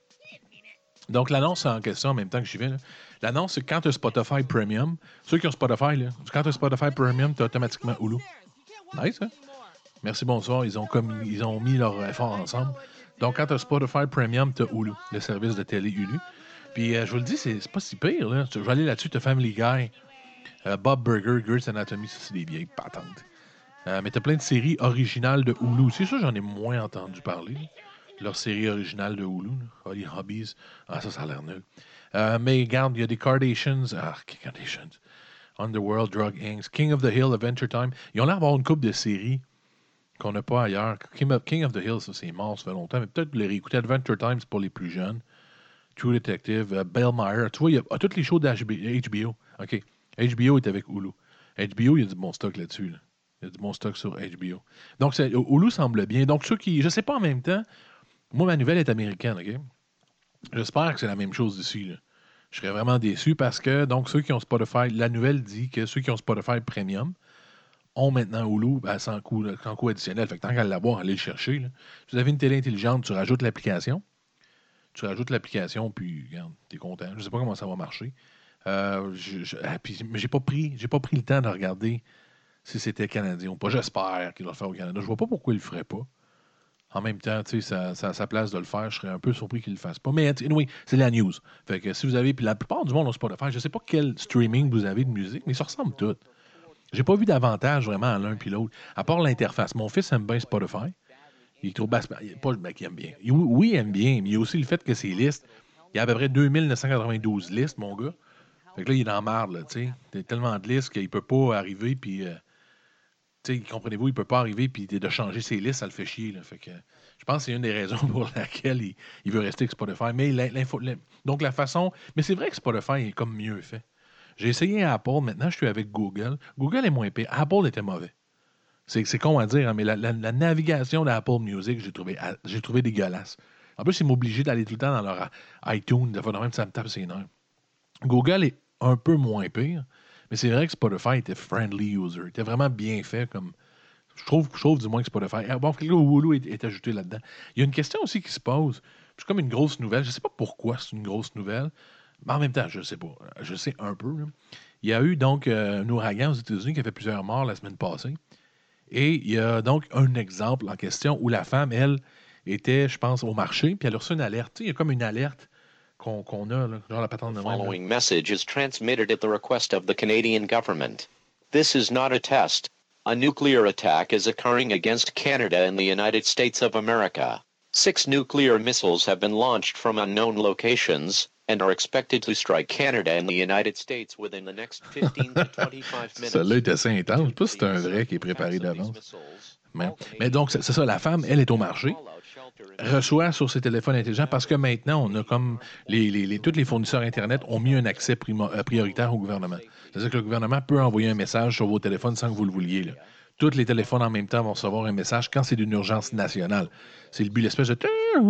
Donc, l'annonce en question, en même temps que j'y vais, là. L'annonce, c'est quand tu as Spotify Premium. Ceux qui ont Spotify, là, quand tu as Spotify Premium, tu as automatiquement Hulu. Nice, hein? Merci, bonsoir. Ils ont mis leur effort ensemble. Donc, quand tu as Spotify Premium, tu as Hulu, le service de télé Hulu. Puis, je vous le dis, c'est pas si pire. Là. Je vais aller là-dessus, tu as Family Guy, Bob Burger, Grey's Anatomy, ça, c'est des vieilles patentes. Mais tu as plein de séries originales de Hulu. C'est ça, j'en ai moins entendu parler. Là. Leur série originale de Hulu, Holly Hobbies. Ah, ça a l'air nul. Mais regarde, il y a des Kardashians. Ah, Kardashians. Underworld, Drug Inc., King of the Hill, Adventure Time. Ils ont l'air d'avoir une couple de séries qu'on n'a pas ailleurs. King of the Hill, ça, c'est mort, ça fait longtemps. Mais peut-être les réécouter. Adventure Time, c'est pour les plus jeunes. True Detective, Belle Meyer. Tu vois, il y a toutes les shows d'HBO. OK. HBO est avec Hulu. HBO, il y a du bon stock là-dessus. Là. Il y a du bon stock sur HBO. Donc, Hulu semble bien. Donc, ceux qui... Je sais pas en même temps... Moi, ma nouvelle est américaine, OK? J'espère que c'est la même chose ici. Là. Je serais vraiment déçu parce que, donc, ceux qui ont Spotify, la nouvelle dit que ceux qui ont Spotify Premium ont maintenant Hulu sans coût additionnel. Fait que tant qu'à l'avoir, allez le chercher. Là. Si vous avez une télé intelligente, tu rajoutes l'application. Puis, regarde, t'es content. Je sais pas comment ça va marcher. Mais j'ai pas pris le temps de regarder si c'était canadien ou pas. J'espère qu'il va le faire au Canada. Je vois pas pourquoi il le ferait pas. En même temps, tu sais, ça a sa place de le faire. Je serais un peu surpris qu'il ne le fasse pas. Mais anyway, c'est la news. Fait que si vous avez... Puis la plupart du monde n'a pas de faire. Je ne sais pas quel streaming vous avez de musique, mais ça ressemble tout. J'ai pas vu d'avantage vraiment à l'un puis l'autre, à part l'interface. Mon fils aime bien Spotify. Il trouve... pas le mec qui aime bien. Oui, il aime bien, mais il y a aussi le fait que ses listes... Il y a à peu près 2992 listes, mon gars. Fait que là, il est dans la marde, là, tu sais. Il y a tellement de listes qu'il ne peut pas arriver, puis... comprenez-vous, il ne peut pas arriver puis de changer ses listes, ça le fait chier. Là. Fait que, je pense que c'est une des raisons pour laquelle il veut rester avec Spotify. Mais donc la façon... Mais c'est vrai que Spotify est comme mieux fait. J'ai essayé Apple, maintenant je suis avec Google. Google est moins pire. Apple était mauvais. C'est con à dire, hein, mais la navigation d'Apple Music, j'ai trouvé dégueulasse. En plus, ils m'obligeaient d'aller tout le temps dans leur iTunes, de faire même ça me tape ses nerfs. Google est un peu moins pire. Mais c'est vrai que Spotify était friendly user. Il était vraiment bien fait. Comme je trouve du moins que Spotify... Bon, là, Hulu est ajouté là-dedans. Il y a une question aussi qui se pose. C'est comme une grosse nouvelle. Je ne sais pas pourquoi c'est une grosse nouvelle. Mais en même temps, je ne sais pas. Je sais un peu. Là. Il y a eu donc un ouragan aux États-Unis qui a fait plusieurs morts la semaine passée. Et il y a donc un exemple en question où la femme, elle, était, je pense, au marché. Puis elle a reçu une alerte. Il y a comme une alerte qu'on a, là, genre la patente de The même. following message is transmitted at the request of the Canadian government. This is not a test. A nuclear attack is occurring against Canada and the United States of America. 6 nuclear missiles have been launched from unknown locations. and are expected to strike Canada and the United States within the next 15 to 25 minutes. Celle-là est assez intense. Je sais pas si c'est un vrai qui est préparé d'avance. Mais donc, c'est ça, la femme, elle est au marché, reçoit sur ses téléphones intelligents parce que maintenant, on a comme tous les fournisseurs Internet ont mis un accès prioritaire au gouvernement. C'est-à-dire que le gouvernement peut envoyer un message sur vos téléphones sans que vous le vouliez. Là. Tous les téléphones en même temps vont recevoir un message quand c'est d'une urgence nationale. C'est le but, l'espèce de...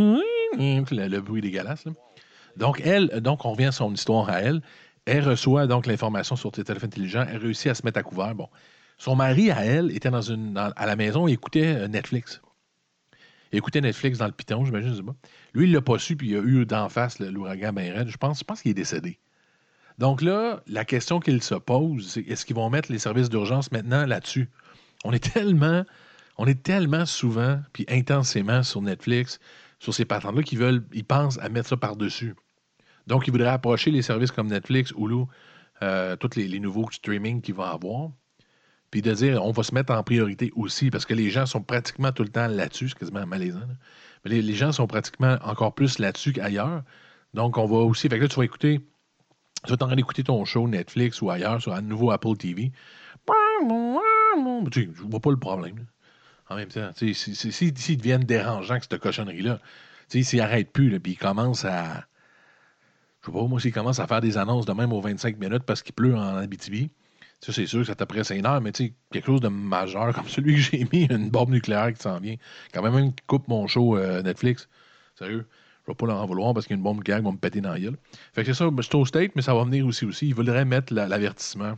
le bruit dégueulasse. Là. Donc, on revient à son histoire à elle. Elle reçoit donc l'information sur ses téléphones intelligents. Elle réussit à se mettre à couvert. Bon. Son mari, à elle, était à la maison et écoutait Netflix. Il écoutait Netflix dans le piton, j'imagine, je sais pas. Lui, il l'a pas su, puis il a eu d'en face l'ouragan ben raide. Je pense qu'il est décédé. Donc là, la question qu'il se pose, c'est est-ce qu'ils vont mettre les services d'urgence maintenant là-dessus? On est tellement souvent, puis intensément sur Netflix, sur ces patentes-là, ils pensent à mettre ça par-dessus. Donc, ils voudraient approcher les services comme Netflix, Hulu, tous les nouveaux streaming qu'ils vont avoir, puis de dire, on va se mettre en priorité aussi, parce que les gens sont pratiquement tout le temps là-dessus, c'est quasiment malaisant, là. Mais les gens sont pratiquement encore plus là-dessus qu'ailleurs. Donc, on va aussi... Fait que là, tu vas en train d'écouter ton show Netflix ou ailleurs, sur un nouveau Apple TV. Tu sais, je vois pas le problème, là. En même temps, s'ils deviennent dérangeants que cette cochonnerie-là, s'ils n'arrêtent plus, là, puis ils commencent à... Je sais pas, moi, s'ils commencent à faire des annonces de même aux 25 minutes parce qu'il pleut en Abitibi, ça, c'est sûr que ça t'appresse une heure, mais tu sais, quelque chose de majeur comme celui que j'ai mis, une bombe nucléaire qui s'en vient, quand même qui coupe mon show Netflix. Sérieux, je vais pas leur en vouloir parce qu'il y a une bombe nucléaire qui va me péter dans la gueule. Fait que c'est ça, c'est au state, mais ça va venir aussi. Ils voudraient mettre l'avertissement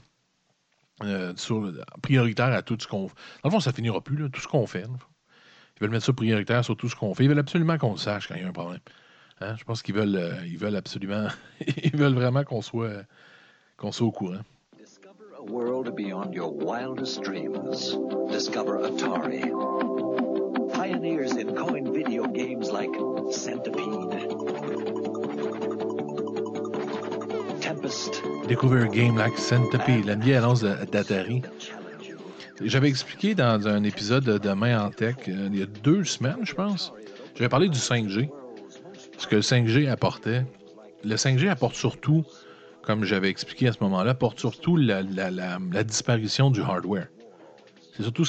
prioritaire à tout ce qu'on fait. Dans le fond, ça finira plus, là, tout ce qu'on fait. Ils veulent mettre ça prioritaire sur tout ce qu'on fait. Ils veulent absolument qu'on le sache quand il y a un problème. Hein? Je pense qu'ils veulent absolument... ils veulent vraiment qu'on soit au courant. Discover a world beyond your wildest dreams. Discover Atari. Pioneers in coin video games like Centipede. Tempest. Découvrir un game like Centipede, la vieille annonce d'Atari. J'avais expliqué dans un épisode de Demain en Tech, il y a 2 semaines, je pense. J'avais parlé du 5G. Ce que le 5G apportait. Le 5G apporte surtout, comme j'avais expliqué à ce moment-là, apporte surtout la disparition du hardware. C'est surtout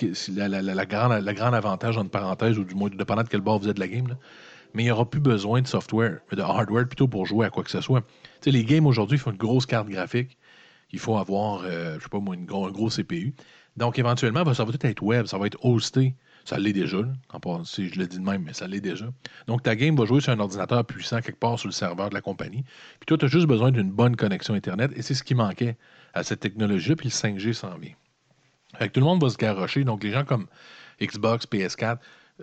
la grande avantage, entre parenthèses, ou du moins, dépendant de quel bord vous êtes de la game. Là. Mais il n'y aura plus besoin de software, de hardware plutôt pour jouer à quoi que ce soit. Tu sais, les games aujourd'hui font une grosse carte graphique. Il faut avoir, je sais pas moi, un gros CPU. Donc, éventuellement, ça va tout être web, ça va être hosté. Ça l'est déjà, là. Si je le dis de même, mais ça l'est déjà. Donc, ta game va jouer sur un ordinateur puissant quelque part sur le serveur de la compagnie. Puis toi, tu as juste besoin d'une bonne connexion Internet. Et c'est ce qui manquait à cette technologie-là. Puis le 5G s'en vient. Fait que tout le monde va se garrocher. Donc, les gens comme Xbox, PS4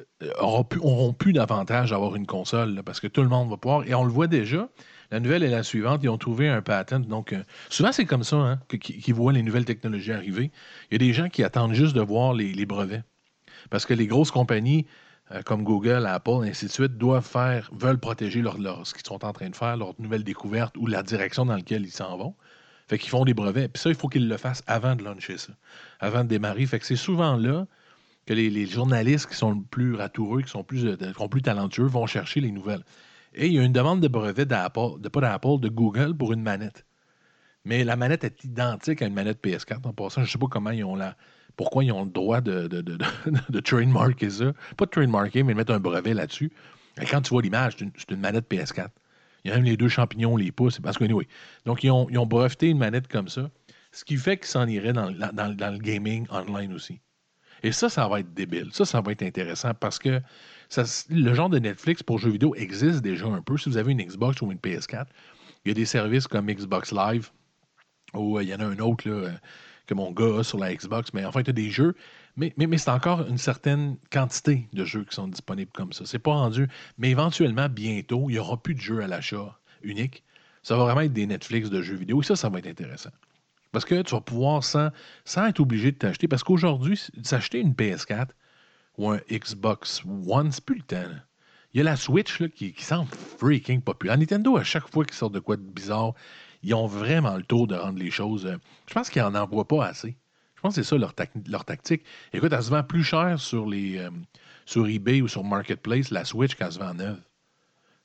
auront plus d'avantage d'avoir une console. Là, parce que tout le monde va pouvoir. Et on le voit déjà. La nouvelle est la suivante. Ils ont trouvé un patent. Donc, souvent, c'est comme ça hein, qu'ils voient les nouvelles technologies arriver. Il y a des gens qui attendent juste de voir les brevets. Parce que les grosses compagnies comme Google, Apple, et ainsi de suite, veulent protéger ce qu'ils sont en train de faire, leur nouvelle découverte ou la direction dans laquelle ils s'en vont. Fait qu'ils font des brevets. Puis ça, il faut qu'ils le fassent avant de lancer ça, avant de démarrer. Fait que c'est souvent là que les journalistes qui sont plus ratoureux, qui sont plus talentueux, vont chercher les nouvelles. Et il y a une demande de brevet de Google pour une manette. Mais la manette est identique à une manette PS4. En passant, je ne sais pas comment pourquoi ils ont le droit de trademarker ça. Pas de trademarker, mais de mettre un brevet là-dessus. Et quand tu vois l'image, c'est une manette PS4. Il y a même les 2 champignons, les pouces. Parce que, anyway. Donc, ils ont breveté une manette comme ça. Ce qui fait qu'ils s'en iraient dans le gaming online aussi. Et ça va être débile. Ça va être intéressant parce que le genre de Netflix pour jeux vidéo existe déjà un peu. Si vous avez une Xbox ou une PS4, il y a des services comme Xbox Live ou il y en a un autre là, que mon gars a sur la Xbox. Mais enfin, tu as des jeux. Mais c'est encore une certaine quantité de jeux qui sont disponibles comme ça. C'est pas rendu. Mais éventuellement, bientôt, il n'y aura plus de jeux à l'achat unique. Ça va vraiment être des Netflix de jeux vidéo. Et ça va être intéressant. Parce que tu vas pouvoir, sans être obligé de t'acheter, parce qu'aujourd'hui, s'acheter une PS4 ou un Xbox One, c'est plus le temps. Là. Il y a la Switch là, qui semble freaking populaire. Nintendo, à chaque fois qu'ils sortent de quoi de bizarre, ils ont vraiment le tour de rendre les choses... je pense qu'ils n'en envoient pas assez. Je pense que c'est ça leur tactique. Écoute, elle se vend plus cher sur eBay ou sur Marketplace, la Switch, qu'elle se vend neuve.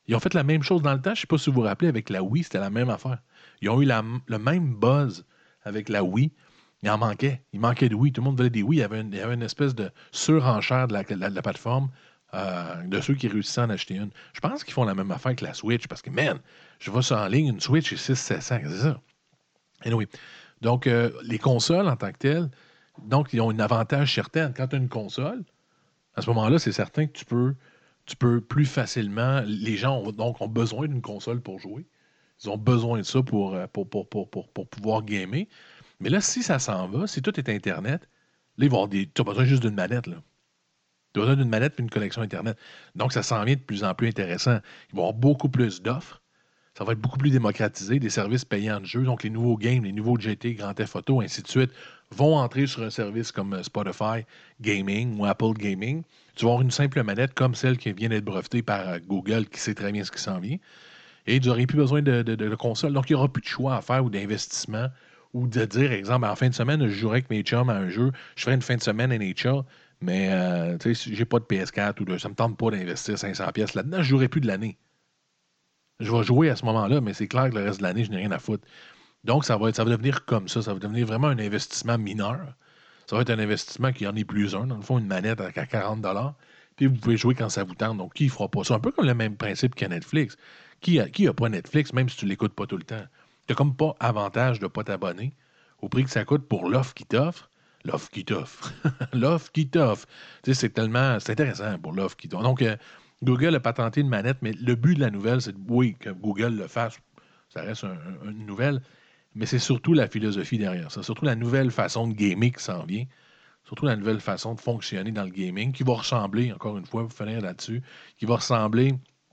Ils ont fait la même chose dans le temps. Je ne sais pas si vous vous rappelez, avec la Wii, c'était la même affaire. Ils ont eu le même buzz avec la Wii. Il en manquait. Il manquait de Wii. Tout le monde voulait des Wii. Il y avait une espèce de surenchère de la plateforme de ceux qui réussissaient à en acheter une. Je pense qu'ils font la même affaire que la Switch parce que, man, je vois ça en ligne, une Switch, c'est 600-700, c'est ça. Anyway. Donc, les consoles en tant que telles, donc, ils ont un avantage certain. Quand tu as une console, à ce moment-là, c'est certain que tu peux plus facilement. Les gens ont besoin d'une console pour jouer. Ils ont besoin de ça pour pouvoir gamer. Mais là, si ça s'en va, si tout est Internet, là, tu as besoin juste d'une manette. Là. Tu as besoin d'une manette et une connexion Internet. Donc, ça s'en vient de plus en plus intéressant. Il va y avoir beaucoup plus d'offres. Ça va être beaucoup plus démocratisé, des services payants de jeu. Donc, les nouveaux games, les nouveaux GT, Grand Theft Auto, ainsi de suite, vont entrer sur un service comme Spotify Gaming ou Apple Gaming. Tu vas avoir une simple manette comme celle qui vient d'être brevetée par Google, qui sait très bien ce qui s'en vient. Et tu n'aurais plus besoin de console. Donc, il n'y aura plus de choix à faire ou d'investissement ou de dire, exemple, en fin de semaine, je jouerai avec mes chums à un jeu, je ferai une fin de semaine NHL, mais si j'ai pas de PS4 ou ça ne me tente pas d'investir 500$ là-dedans, je ne jouerai plus de l'année. Je vais jouer à ce moment-là, mais c'est clair que le reste de l'année, je n'ai rien à foutre. Donc, ça va devenir comme ça. Ça va devenir vraiment un investissement mineur. Ça va être un investissement qui en est plus un. Dans le fond, une manette à 40$. Puis, vous pouvez jouer quand ça vous tente. Donc, qui ne fera pas ça? Un peu comme le même principe qu'à Netflix. Qui a pas Netflix, même si tu ne l'écoutes pas tout le temps? Tu n'as comme pas avantage de ne pas t'abonner au prix que ça coûte pour l'offre qui t'offre. L'offre qui t'offre. L'offre qui t'offre. Tu sais, c'est intéressant pour l'offre qui t'offre. Donc, Google a patenté une manette, mais le but de la nouvelle, c'est oui, que Google le fasse. Ça reste une nouvelle. Mais c'est surtout la philosophie derrière ça. Surtout la nouvelle façon de gamer qui s'en vient. Surtout la nouvelle façon de fonctionner dans le gaming qui va ressembler, encore une fois, pour finir là-dessus, qui va ressembler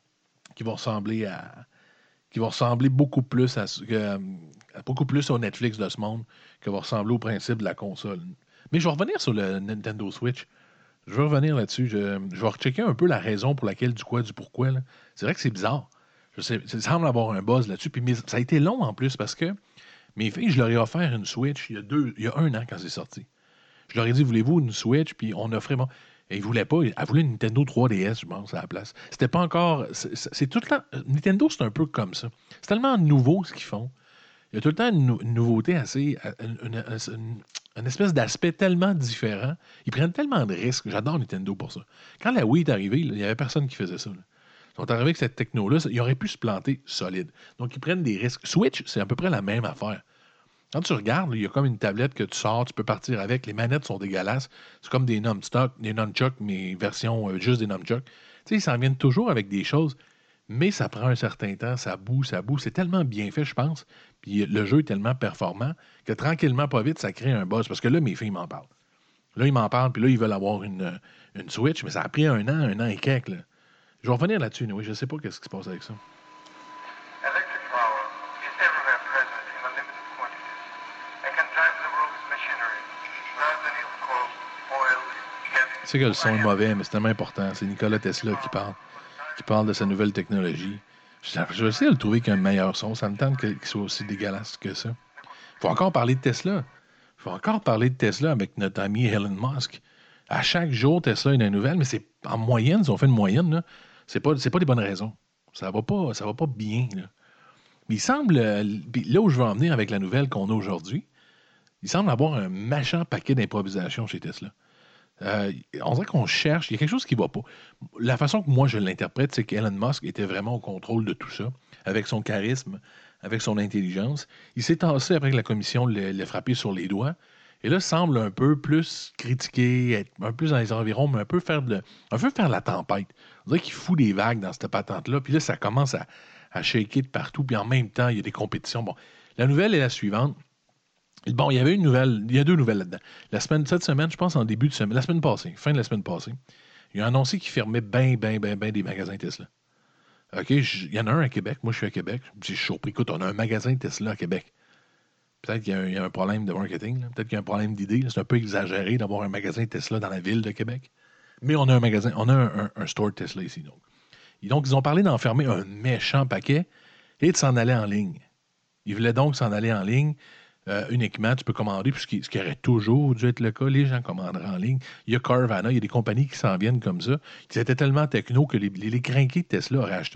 beaucoup plus beaucoup plus au Netflix de ce monde, qui va ressembler au principe de la console. Mais je vais revenir sur le Nintendo Switch. Je vais revenir là-dessus. Je vais rechecker un peu la raison pour laquelle, du quoi, du pourquoi. Là. C'est vrai que c'est bizarre. Je sais, ça semble avoir un buzz là-dessus. Puis ça a été long en plus parce que mes filles, je leur ai offert une Switch il y a 1 an quand c'est sorti. Je leur ai dit, voulez-vous une Switch? Puis on offrait. Bon, et ils ne voulaient pas. Elle voulait une Nintendo 3DS, je pense, à la place. C'était pas encore. C'est tout le temps. Nintendo, c'est un peu comme ça. C'est tellement nouveau ce qu'ils font. Il y a tout le temps une nouveauté assez. Une espèce d'aspect tellement différent. Ils prennent tellement de risques. J'adore Nintendo pour ça. Quand la Wii est arrivée, il n'y avait personne qui faisait ça. Là. Ils sont arrivés avec cette techno-là, ils auraient pu se planter solide. Donc, ils prennent des risques. Switch, c'est à peu près la même affaire. Quand tu regardes, il y a comme une tablette que tu sors, tu peux partir avec. Les manettes sont dégueulasses. C'est comme des nunchucks, mais version juste des nunchucks. Tu sais, ils s'en viennent toujours avec des choses, mais ça prend un certain temps, ça boue. C'est tellement bien fait, je pense. Puis le jeu est tellement performant que tranquillement, pas vite, ça crée un buzz. Parce que là, mes filles m'en parlent. Là, ils m'en parlent, puis là, ils veulent avoir une Switch, mais ça a pris 1 an et quelques. Là. Je vais revenir là-dessus, oui, je ne sais pas ce qui se passe avec ça. Tu sais que le son est mauvais, mais c'est tellement important. C'est Nikola Tesla qui parle de sa nouvelle technologie. Je vais essayer de le trouver qu'un meilleur son. Ça me tente qu'il soit aussi dégueulasse que ça. Il faut encore parler de Tesla. Il faut encore parler de Tesla avec notre ami Elon Musk. À chaque jour, Tesla a une nouvelle, mais c'est en moyenne, si on fait une moyenne, là, c'est pas des bonnes raisons. Ça va pas bien. Là. Mais il semble, là où je veux en venir avec la nouvelle qu'on a aujourd'hui, il semble avoir un méchant paquet d'improvisation chez Tesla. On dirait qu'on cherche, il y a quelque chose qui ne va pas. La façon que moi je l'interprète, c'est qu'Elon Musk était vraiment au contrôle de tout ça, avec son charisme, avec son intelligence. Il s'est tassé après que la commission l'ait frappé sur les doigts. Et là, semble un peu plus critiquer, être un peu dans les environs, mais un peu faire la tempête. On dirait qu'il fout des vagues dans cette patente-là. Puis là, ça commence à shaker de partout. Puis en même temps, il y a des compétitions. Bon, la nouvelle est la suivante. Bon, il y avait une nouvelle, il y a 2 nouvelles là-dedans. Cette semaine, je pense en début de semaine, la semaine passée, fin de la semaine passée, il a annoncé qu'il fermait bien des magasins Tesla. OK, il y en a un à Québec. Moi, je suis à Québec. Je suis surpris. Écoute, on a un magasin Tesla à Québec. Peut-être qu'il y a un problème de marketing. Là. Peut-être qu'il y a un problème d'idée. Là. C'est un peu exagéré d'avoir un magasin Tesla dans la ville de Québec. Mais on a un magasin, on a un store Tesla ici. Donc, ils ont parlé d'en fermer un méchant paquet et de s'en aller en ligne. Ils voulaient donc s'en aller en ligne. Uniquement, tu peux commander, puis ce qui aurait toujours dû être le cas, les gens commanderaient en ligne. Il y a Carvana, il y a des compagnies qui s'en viennent comme ça. Ils étaient tellement techno que les crinqués de Tesla auraient acheté en ligne.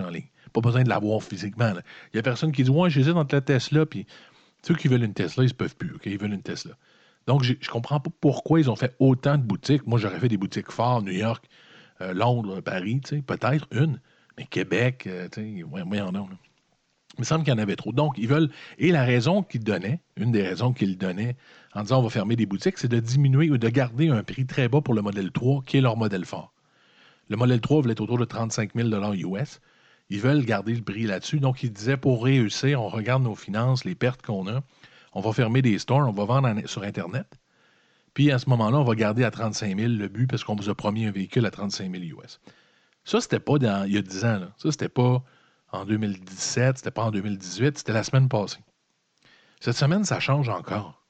Pas besoin de l'avoir physiquement. Il y a personne qui dit « Ouais, j'hésite entre la Tesla », puis ceux qui veulent une Tesla, ils ne peuvent plus. Okay? Ils veulent une Tesla. Donc, je ne comprends pas pourquoi ils ont fait autant de boutiques. Moi, j'aurais fait des boutiques fortes, New York, Londres, Paris, peut-être une, mais Québec, voyons donc. Il me semble qu'il y en avait trop. Donc, ils veulent. Et la raison qu'ils donnaient, une des raisons qu'ils donnaient en disant on va fermer des boutiques, c'est de diminuer ou de garder un prix très bas pour le modèle 3, qui est leur modèle fort. Le modèle 3 voulait être autour de 35 000 US. Ils veulent garder le prix là-dessus. Donc, ils disaient pour réussir, on regarde nos finances, les pertes qu'on a, on va fermer des stores, on va vendre sur Internet. Puis, à ce moment-là, on va garder à 35 000 le but parce qu'on vous a promis un véhicule à 35 000 US. Ça, c'était pas il y a 10 ans. Là. Ça, c'était pas en 2017, c'était pas en 2018, c'était la semaine passée. Cette semaine, ça change encore.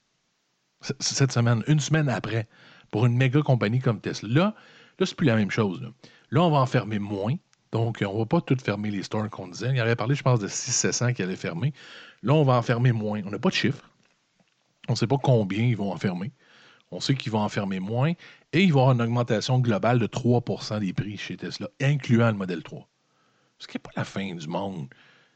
Cette semaine, une semaine après, pour une méga compagnie comme Tesla. Là c'est plus la même chose. Là, on va en fermer moins. Donc, on ne va pas tout fermer les stores qu'on disait. Il y avait parlé, je pense, de 600-700 qui allaient fermer. Là, on va en fermer moins. On n'a pas de chiffre. On ne sait pas combien ils vont en fermer. On sait qu'ils vont en fermer moins. Et il va y avoir une augmentation globale de 3 % des prix chez Tesla, incluant le modèle 3. Ce qui n'est pas la fin du monde.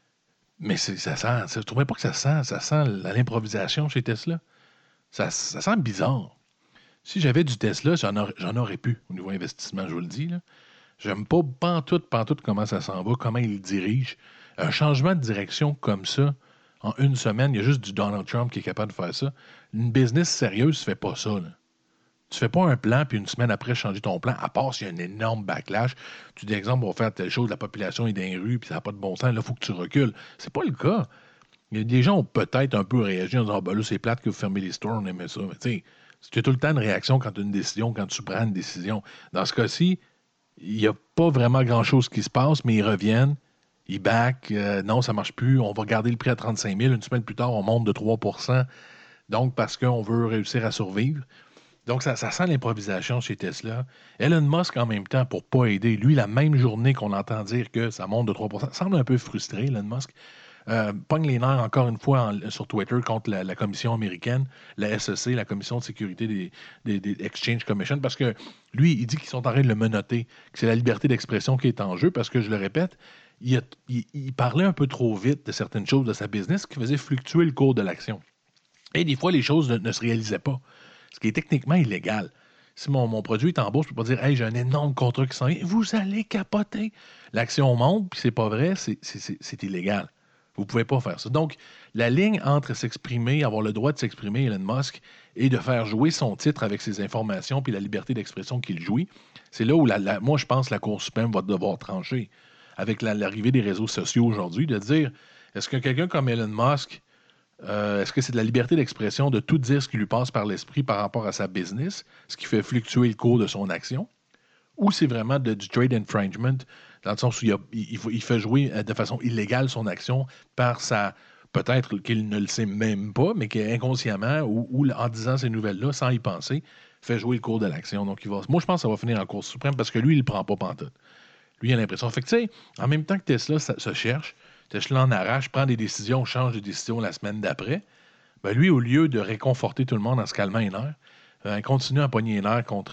Mais ça sent. Je ne trouvais pas que ça sent l'improvisation chez Tesla. Ça sent bizarre. Si j'avais du Tesla, j'en aurais pu au niveau investissement, je vous le dis. Là. J'aime pas pantoute comment ça s'en va, comment il dirige. Un changement de direction comme ça, en une semaine, il y a juste du Donald Trump qui est capable de faire ça. Une business sérieuse ne fait pas ça. Là. Tu fais pas un plan, puis une semaine après, changer ton plan, à part s'il y a un énorme backlash. Tu dis, exemple, on va faire telle chose, la population est dans les rues, puis ça n'a pas de bon sens, là, il faut que tu recules. C'est pas le cas. Il y a des gens ont peut-être un peu réagi en disant, là, c'est plate que vous fermez les stores, on aimait ça. Mais tu sais, tu as tout le temps une réaction quand tu as une décision, quand tu prends une décision. Dans ce cas-ci, il n'y a pas vraiment grand-chose qui se passe, mais ils reviennent, ils back, non, ça ne marche plus, on va garder le prix à 35 000, une semaine plus tard, on monte de 3 %, donc parce qu'on veut réussir à survivre. Donc, ça sent l'improvisation chez Tesla. Elon Musk, en même temps, pour ne pas aider, lui, la même journée qu'on entend dire que ça monte de 3 %, semble un peu frustré, Elon Musk. Pogne les nerfs encore une fois sur Twitter contre la commission américaine, la SEC, la commission de sécurité des Exchange Commission, parce que lui, il dit qu'ils sont en train de le menotter, que c'est la liberté d'expression qui est en jeu, parce que, je le répète, il parlait un peu trop vite de certaines choses de sa business qui faisait fluctuer le cours de l'action. Et des fois, les choses ne se réalisaient pas, ce qui est techniquement illégal. Si mon produit est en bourse, je ne peux pas dire « Hey, j'ai un énorme contrat qui s'en vient, vous allez capoter. » L'action monte, puis c'est pas vrai, c'est illégal. Vous ne pouvez pas faire ça. Donc, la ligne entre s'exprimer, avoir le droit de s'exprimer, Elon Musk, et de faire jouer son titre avec ses informations puis la liberté d'expression qu'il jouit, c'est là où, moi, je pense que la Cour suprême va devoir trancher. Avec l'arrivée des réseaux sociaux aujourd'hui, de dire, est-ce que quelqu'un comme Elon Musk, est-ce que c'est de la liberté d'expression de tout dire ce qui lui passe par l'esprit par rapport à sa business, ce qui fait fluctuer le cours de son action, ou c'est vraiment du trade infringement, dans le sens où il fait jouer de façon illégale son action par peut-être qu'il ne le sait même pas, mais qu'inconsciemment, ou en disant ces nouvelles-là, sans y penser, fait jouer le cours de l'action. Donc, moi, je pense que ça va finir en Cour suprême parce que lui, il ne le prend pas pantoute. Lui, il a l'impression. Fait que, tu sais, en même temps que Tesla se cherche, Tesla en arrache, prend des décisions, change de décision la semaine d'après, ben lui, au lieu de réconforter tout le monde en se calmant les nerfs, il continue à pogner les nerfs contre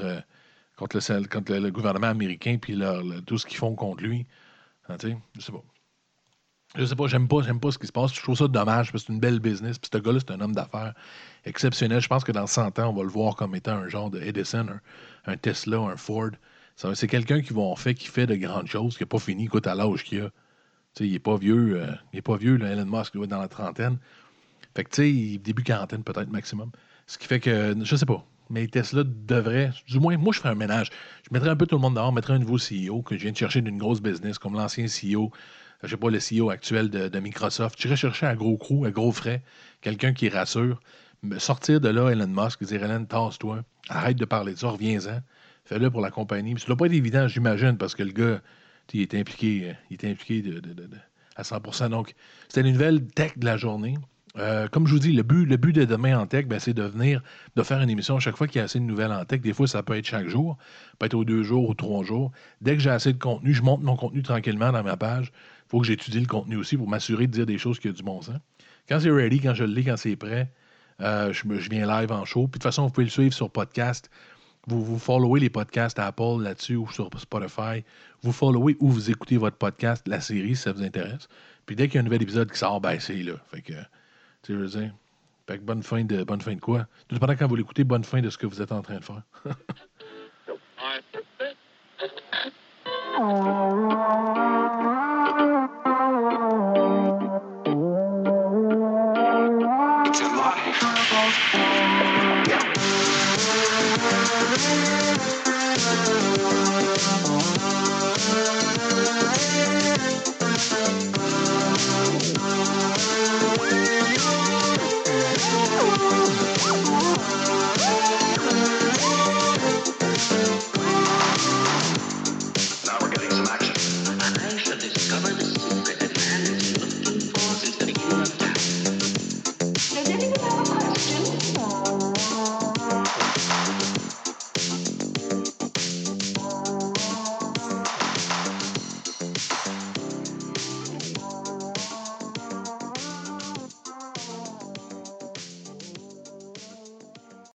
le gouvernement américain puis tout ce qu'ils font contre lui. Hein, je sais pas. Je sais pas, j'aime pas ce qui se passe. Je trouve ça dommage parce que c'est une belle business. Puis ce gars-là, c'est un homme d'affaires exceptionnel. Je pense que dans 100 ans, on va le voir comme étant un genre de Edison, un Tesla, un Ford. C'est quelqu'un qui fait de grandes choses, qui n'a pas fini, écoute, à l'âge qu'il a. Il n'est pas vieux. Là, Elon Musk, il doit être dans la trentaine. Fait que, tu sais, début quarantaine peut-être maximum. Ce qui fait que, je sais pas, mais Tesla devrait, du moins, moi, je ferais un ménage. Je mettrais un peu tout le monde dehors, mettrais un nouveau CEO que je viens de chercher d'une grosse business, comme l'ancien CEO, je sais pas, le CEO actuel de Microsoft. J'irais chercher à gros coût, à gros frais, quelqu'un qui rassure, sortir de là, Elon Musk, dire, Elon, tasse-toi, arrête de parler de ça, reviens-en, fais-le pour la compagnie. Puis ça doit pas être évident, j'imagine, parce que le gars, il est impliqué à 100%. Donc, c'était une nouvelle tech de la journée. Comme je vous dis, le but de Demain en Tech, c'est de faire une émission à chaque fois qu'il y a assez de nouvelles en tech. Des fois, ça peut être chaque jour, peut être aux 2 jours ou 3 jours. Dès que j'ai assez de contenu, je monte mon contenu tranquillement dans ma page. Il faut que j'étudie le contenu aussi pour m'assurer de dire des choses qui ont du bon sens. Quand c'est ready, quand je le lis, quand c'est prêt, je viens live en show. Puis de toute façon, vous pouvez le suivre sur podcast. Vous followez les podcasts Apple là-dessus ou sur Spotify. Vous followez ou vous écoutez votre podcast, la série, si ça vous intéresse. Puis dès qu'il y a un nouvel épisode qui sort, ben c'est là. Fait que, tu sais, je veux dire, fait que bonne fin de quoi? Tout pendant quand vous l'écoutez, bonne fin de ce que vous êtes en train de faire.